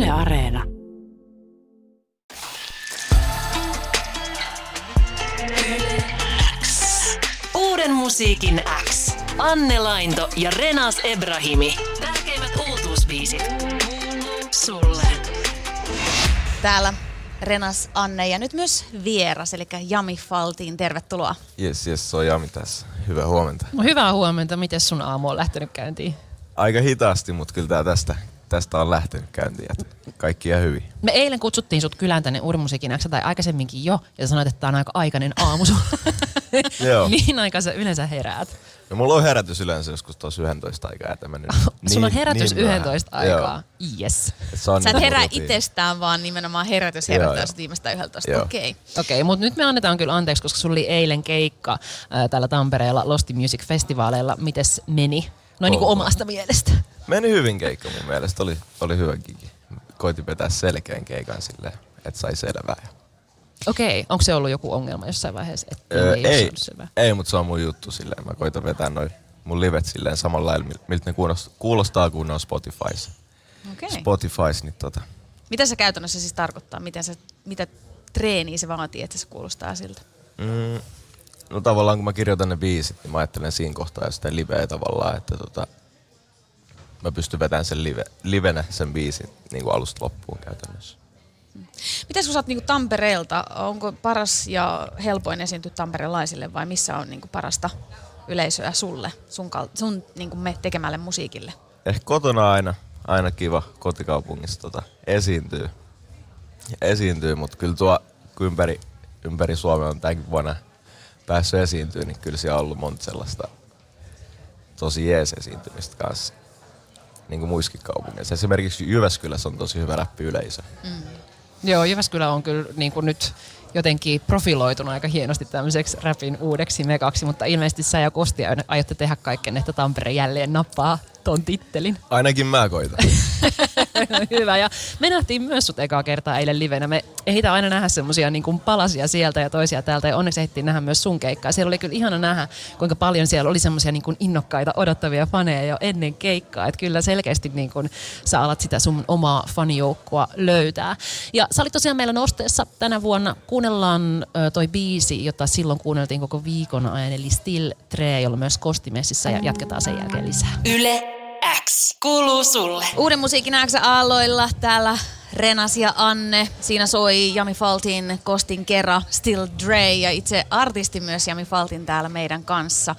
Yle Areena. Yle X. Uuden musiikin X. Anne Lainto ja Renas Ebrahimi. Tärkeimmät uutuusbiisit. Sulle. Täällä Renas, Anne ja nyt myös vieras, eli Jami Faltin. Tervetuloa. Jes, se on Jami tässä. Hyvää huomenta. No, hyvää huomenta. Miten sun aamu on lähtenyt käyntiin? Aika hitaasti, mutta kyllä tää tästä on lähtenyt käyntiin. Kaikki ihan hyvin. Me eilen kutsuttiin sut kylään tänne Uuden musiikin X tai aikaisemminkin jo, ja sanoit, että tää on aika aikainen aamu. Mihin aikaan sä yleensä heräät? No, mulla on herätys yleensä joskus tuossa 11 aikaa. Sulla on herätys niin 11 aikaa? Yes. Sä et herää itsestään, vaan nimenomaan herätys herättää sut viimeistä 11. Okei, mutta nyt me annetaan kyllä anteeksi, koska sulla oli eilen keikka täällä Tampereella Lost Music Festivaaleilla. Mites meni? Noin niin kuin omasta mielestä. Meni hyvin keikka mun mielestä. Oli hyvä gigi. Koitin vetää selkeän keikan silleen, että sai selvää. Okei, onko se ollut joku ongelma jossain vaiheessa? Ei, mutta se on mun juttu silleen. Mä koitan vetää noin mun livet silleen samalla lailla, miltä ne kuulostaa, kun ne on Spotifys. Spotifys, niin Mitä se käytännössä siis tarkoittaa? Mitä treeniä se vaatii, että se kuulostaa siltä? No tavallaan kun mä kirjoitan ne biisit, niin mä ajattelen siinä kohtaa jo sitä liveä tavallaan, että mä pystyn vetämään sen livenä sen biisin niin kuin alusta loppuun käytännössä. Mites kun sä oot niinku Tampereelta, onko paras ja helpoin esiintyä tamperelaisille vai missä on niinku parasta yleisöä sulle, sun niinku me tekemälle musiikille? Ehkä kotona aina kiva kotikaupungissa esiintyy, mutta kyllä tuo kun ympäri Suomea on tämänkin vuonna päässyt esiintyä, niin kyllä siellä on ollut monta sellaista tosi jees esiintymistä kanssa. Niin kuin muissakin kaupungeissa. Esimerkiksi Jyväskylässä on tosi hyvä räppiyleisö. Joo, Jyväskylä on kyllä niin kuin nyt jotenkin profiloitunut aika hienosti tämmöiseksi räpin uudeksi megaksi, mutta ilmeisesti sä ja Kosti aiotte tehdä kaiken, että Tampere jälleen nappaa ton tittelin. Ainakin mä koitan. Hyvä, ja me nähtiin myös sut ekaa kertaa eilen livenä. Me ehditään aina nähdä semmosia niin kuin palasia sieltä ja toisia täältä, ja onneksi ehdittiin nähdä myös sun keikkaa. Siellä oli kyllä ihana nähdä, kuinka paljon siellä oli semmosia niin kuin innokkaita, odottavia faneja jo ennen keikkaa. Että kyllä selkeästi niin kuin sä alat sitä sun omaa fanijoukkoa löytää. Ja sä olit tosiaan meillä Nosteessa tänä vuonna. Kuunnellaan toi biisi, jota silloin kuunneltiin koko viikon ajan, eli Still Tre, jolla myös Kosti messissä, ja jatketaan sen jälkeen lisää. Yle X kuuluu sulle. Uuden musiikin X-aalloilla täällä Renas ja Anne. Siinä soi Jami Faltin Kostin Kera, Still Dre ja itse artisti myös Jami Faltin täällä meidän kanssa.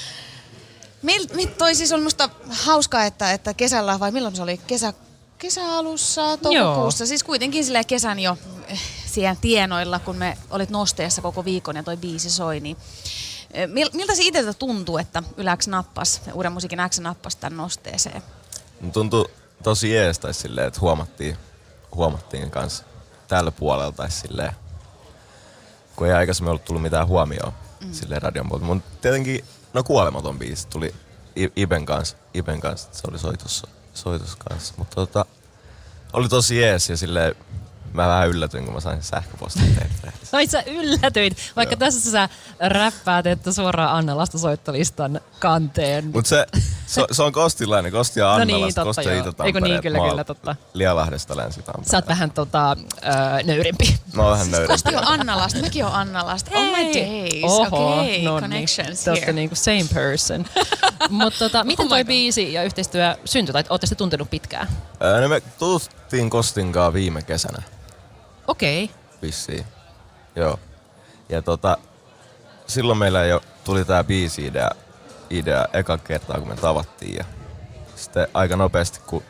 Toi siis on musta hauskaa, että kesällä, vai milloin se oli? Kesäalussa, toukokuussa. Siis kuitenkin silleen kesän jo siellä tienoilla, kun me olit Nosteessa koko viikon ja toi biisi soi, niin miltä se itseltä tuntuu, että Yle X nappasi, Uuden musiikin X nappasi tämän Nosteeseen? Tuntui tosi jees, tai silleen, että huomattiin kanssa tällä puolella, tai silleen, kun ei aikaisemmin ollut tullut mitään huomioon silleen radion puolelta. Mutta tietenkin, Kuolematon biisi tuli Iben kanssa, se oli soitus kanssa, mutta oli tosi jees ja silleen, mä vähän yllätyin, kun mä sain sähköpostin teiltä. Ai sä yllätyit, vaikka tässä sä räppäät, että suoraan Annalasta soittolistan kanteen. Mut se on kostilainen, Kosti ja Annalasta, no niin, totta, Kosti ja Itä-Tampereet. Eikö niin, kyllä, totta. Lialahdesta Länsi-Tampereet. Sä oot vähän nöyrimpi. Mä oon vähän nöyrimpi. Kosti on Annalasta, mäkin oon Annalasta. Oh my days, okei, connections here. Te ootte niinku same person. Mutta miten toi biisi ja yhteistyö syntyi, tai ootte sitä tuntenut pitkään? Me tuttiin Kostinkaan viime kesänä. Okei. Vissiin. Joo. Ja silloin meillä jo tuli tää biisi-idea eka kertaa, kun me tavattiin. Ja sitten aika nopeasti, kun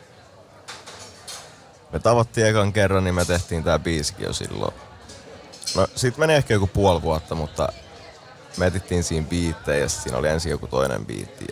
me tavattiin ekan kerran, niin me tehtiin tää biisikin jo silloin. No sit meni ehkä joku puoli vuotta, mutta me etittiin siinä biittejä ja siinä oli ensin joku toinen biitti.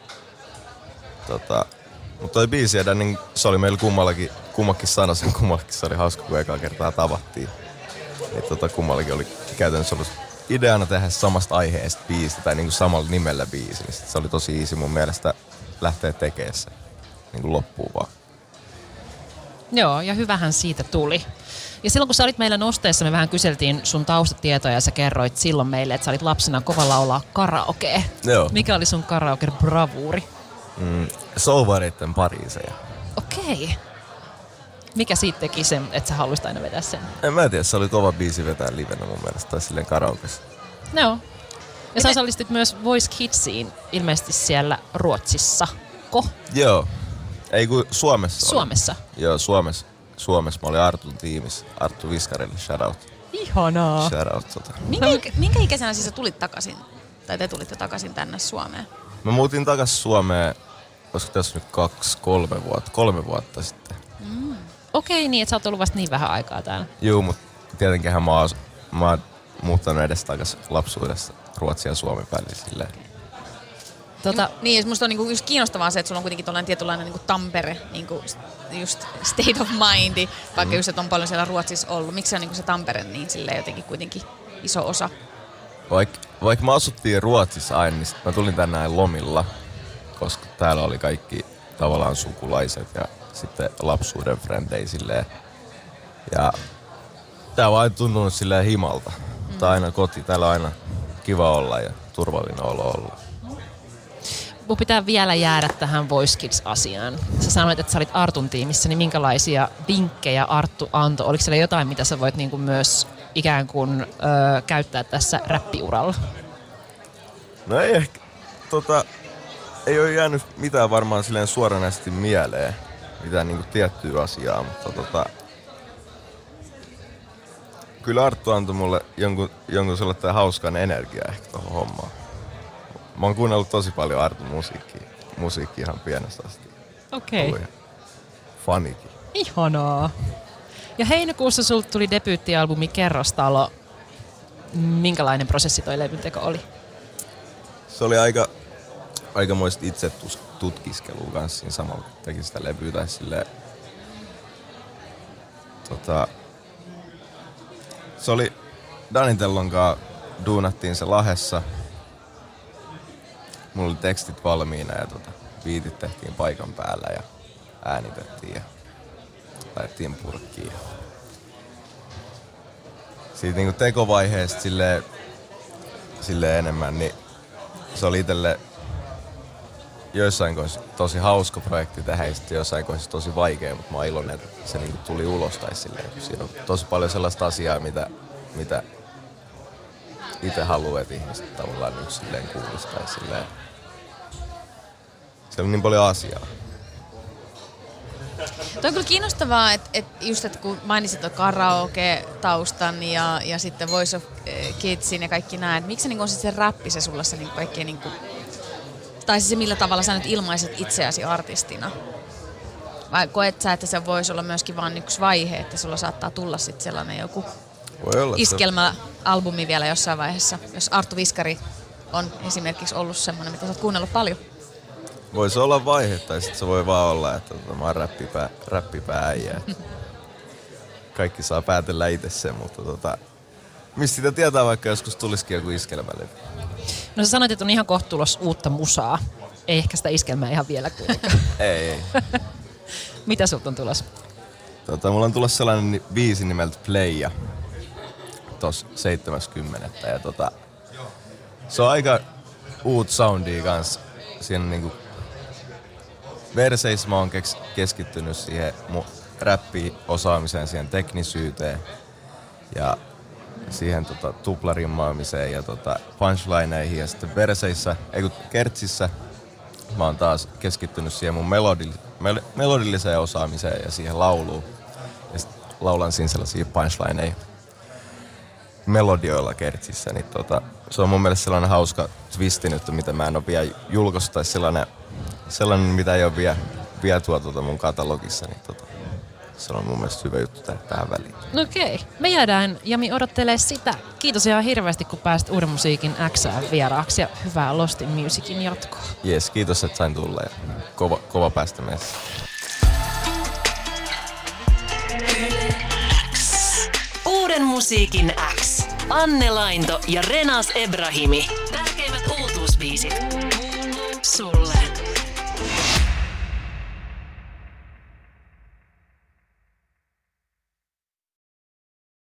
Mutta toi biisi, niin se oli meillä kummakin sanasen, kummakin se oli hauska, kun ekaa kertaa tavattiin. Niin kummallakin oli käytännössä ollut ideana tehdä samasta aiheesta biisi tai niinku samalla nimellä biisi. Niin se oli tosi easy mun mielestä lähteä tekemään se niinku loppuun vaan. Joo, ja hyvähän siitä tuli. Ja silloin kun sä olit meillä Nosteessa, me vähän kyseltiin sun taustatietoja ja sä kerroit silloin meille, että sä olit lapsena kova laulaa karaokea. Joo. Mikä oli sun karaoke-bravuuri? Souvareitten Pariiseja. Okei. Mikä siitä teki sen, että sä haluaisit aina vetää sen? En mä tiedä, se oli kova biisi vetää livenä mun mielestä, tai silleen karaokessa. No. Ja sä osallistit myös Voice Kidsiin, ilmeisesti siellä Ruotsissa. Joo. Ei kun Suomessa. Suomessa? Joo, Suomessa. Mä olin Artun tiimissä. Arttu Viskarille, shoutout. Ihanaa. Shoutout Minkä ikäisenä siis sä tulit takaisin, tai te tulitte takaisin tänne Suomeen? Mä muutin takaisin Suomeen, olisiko tässä nyt 3 vuotta sitten. Okei, niin että sä oot ollut vasta niin vähän aikaa täällä. Juu, mutta tietenkinhän mä oon muuttanut edes takaisin lapsuudessa Ruotsin ja Suomen välillä silleen. Niin, musta on niinku just kiinnostavaa se, että sulla on kuitenkin tollainen tietynlainen niinku Tampere, niinku just state of mind, vaikka just, että on paljon siellä Ruotsissa ollut. Miksi se on niinku se Tampere niin silleen jotenkin kuitenkin iso osa? Vaikka me asuttiin Ruotsissa aina, niin mä tulin tänne näin lomilla, koska täällä oli kaikki tavallaan sukulaiset ja sitten lapsuuden frendei silleen. Ja tää on aina tuntunut silleen himalta. Tää on aina koti, täällä on aina kiva olla ja turvallinen olo olla. Mun pitää vielä jäädä tähän Voice Kids-asiaan. Sä sanoit, että sä olit Artun tiimissä, niin minkälaisia vinkkejä Arttu antoi? Oliko siellä jotain, mitä sä voit niinku myös ikään kuin käyttää tässä räppiuralla? No ei ehkä, ei ole jäänyt mitään varmaan silleen suoranaisesti mieleen, mitään niinku tiettyä asiaa, mutta kyllä Arttu antoi mulle jonkun sellainen hauskan energiaa ehkä tohon hommaan. Mä oon kuunnellut tosi paljon Artun musiikkia ihan pienestä asti. Okei. Okay. Fanikin. Ihanaa. Ja heinäkuussa sulta tuli debyyttialbumi Kerrostalo. Minkälainen prosessi toi levynteko oli? Se oli aikamoista itse tutkiskelua kanssa siinä samalla, kun teki sitä levyä tai silleen. Se oli Danitellon kanssa duunattiin se Lahdessa. Mulla oli tekstit valmiina ja biitit tehtiin paikan päällä ja äänitettiin ja laitettiin purkkiin. Siitä niinku tekovaiheesta silleen enemmän, niin se oli itselle joissain kohdissa tosi hauska projekti tehdä ja sitten jossain kohdissa tosi vaikea, mutta mä oon iloinen, että se niinku tuli ulos tai silleen. Siinä on tosi paljon sellaista asiaa, mitä itse haluaa, että ihmiset tavallaan nyt silleen kuulisi tai silleen. Se on niin paljon asiaa. Tuo on kyllä kiinnostavaa, että kun mainitsit tuon karaoke-taustan ja sitten Voice of Kidsin ja kaikki nämä, että miksi se niin on se räppi se sulla se niin kaikkein, niin kuin, tai se millä tavalla sä nyt ilmaiset itseäsi artistina? Vai koet sä, että se voisi olla myöskin vain yksi vaihe, että sulla saattaa tulla sitten sellainen joku iskelmäalbumi vielä jossain vaiheessa, jos Arttu Viskari on esimerkiksi ollut semmoinen, mitä sä oot kuunnellut paljon? Voisi olla vaihe, tai sitten se voi vaan olla, että mä oon räppipääjä. Kaikki saa päätellä itse sen, mutta mistä sitä tietää, vaikka joskus tulisikin joku iskelmälevy? No sä sanoit, että on ihan kohta tulossa uutta musaa. Ei ehkä sitä iskelmää ihan vielä kuitenkaan. Ei. Mitä sulta on tulossa? Mulla on tulossa sellainen biisi nimeltä Playa tossa 70. Ja se on aika uut soundia kanssa. Siinä niinku verseissä mä oon keskittynyt siihen mun räppi-osaamiseen, siihen teknisyyteen ja siihen tuplarimmaamiseen ja punchlineihin. Ja sitten kertsissä mä oon taas keskittynyt siihen mun melodilliseen osaamiseen ja siihen lauluun. Ja sit laulan siinä sellaisia punchlineja melodioilla kertsissä. Niin se on mun mielestä sellainen hauska twisti nyt, mitä mä en oo vielä julkaissut. Tai sellainen mitä ei ole vielä tuotu mun katalogissa. Niin se on mun mielestä hyvä juttu tehdä tähän väliin. No okei. Me jäädään Jami odottelee sitä. Kiitos ihan hirveästi, kun pääsit Uuden musiikin X:ään vieraaksi ja hyvää Lost in Musicin jatkoa. Jes, kiitos, että sain tulla ja kova päästä messiin. Uuden musiikin X. Anne Lainto ja Renas Ebrahimi. Tärkeimmät uutuusbiisit. Sulle.